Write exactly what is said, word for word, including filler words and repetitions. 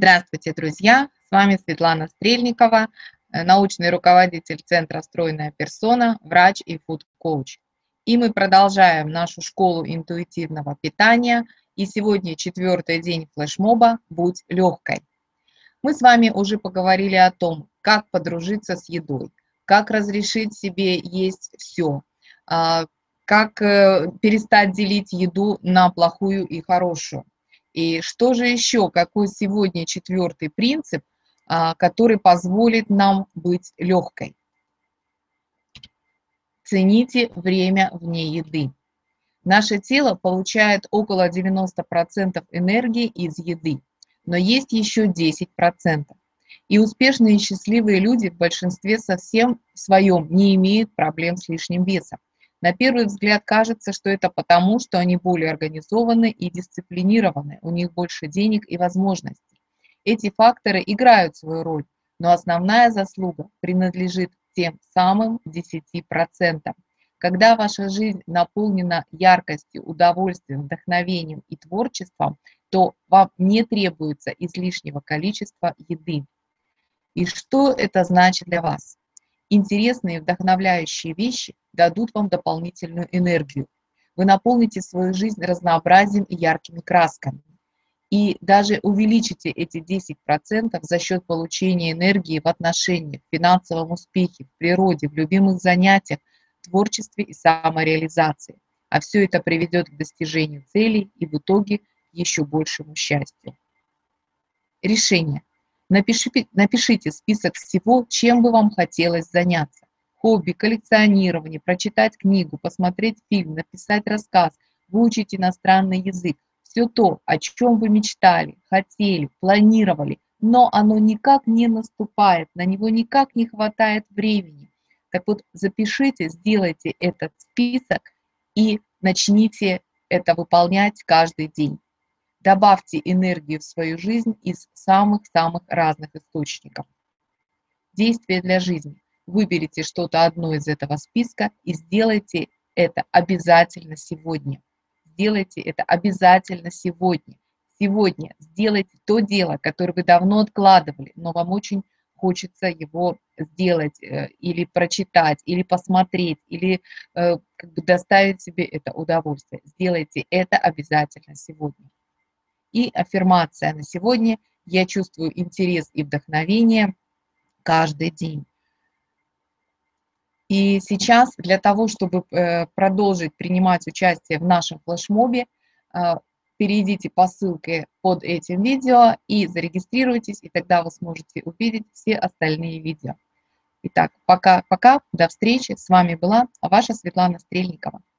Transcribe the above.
Здравствуйте, друзья! С вами Светлана Стрельникова, э, научный руководитель Центра «Стройная персона», врач и фуд-коуч. И мы продолжаем нашу школу интуитивного питания. И сегодня четвертый день флешмоба «Будь легкой». Мы с вами уже поговорили о том, как подружиться с едой, как разрешить себе есть все, как э, перестать делить еду на плохую и хорошую. И что же еще, какой сегодня четвертый принцип, а, который позволит нам быть легкой? Цените время вне еды. Наше тело получает около девяноста процентов энергии из еды, но есть еще десять процентов. И успешные и счастливые люди в большинстве совсем своем не имеют проблем с лишним весом. На первый взгляд кажется, что это потому, что они более организованы и дисциплинированы, у них больше денег и возможностей. Эти факторы играют свою роль, но основная заслуга принадлежит тем самым десяти процентам. Когда ваша жизнь наполнена яркостью, удовольствием, вдохновением и творчеством, то вам не требуется излишнего количества еды. И что это значит для вас? Интересные и вдохновляющие вещи дадут вам дополнительную энергию. Вы наполните свою жизнь разнообразием и яркими красками. И даже увеличите эти десять процентов за счет получения энергии в отношениях, в финансовом успехе, в природе, в любимых занятиях, творчестве и самореализации. А все это приведет к достижению целей и в итоге к еще большему счастью. Решение. Напишите, напишите список всего, чем бы вам хотелось заняться. Хобби, коллекционирование, прочитать книгу, посмотреть фильм, написать рассказ, выучить иностранный язык. Все то, о чем вы мечтали, хотели, планировали, но оно никак не наступает, на него никак не хватает времени. Так вот, запишите, сделайте этот список и начните это выполнять каждый день. Добавьте энергию в свою жизнь из самых-самых разных источников. Действие для жизни. Выберите что-то одно из этого списка и сделайте это обязательно сегодня. Сделайте это обязательно сегодня. Сегодня сделайте то дело, которое вы давно откладывали, но вам очень хочется его сделать, э, или прочитать, или посмотреть, или э, как бы доставить себе это удовольствие. Сделайте это обязательно сегодня. И аффирмация на сегодня. Я чувствую интерес и вдохновение каждый день. И сейчас для того, чтобы э, продолжить принимать участие в нашем флешмобе, э, перейдите по ссылке под этим видео и зарегистрируйтесь, и тогда вы сможете увидеть все остальные видео. Итак, пока-пока, до встречи. С вами была ваша Светлана Стрельникова.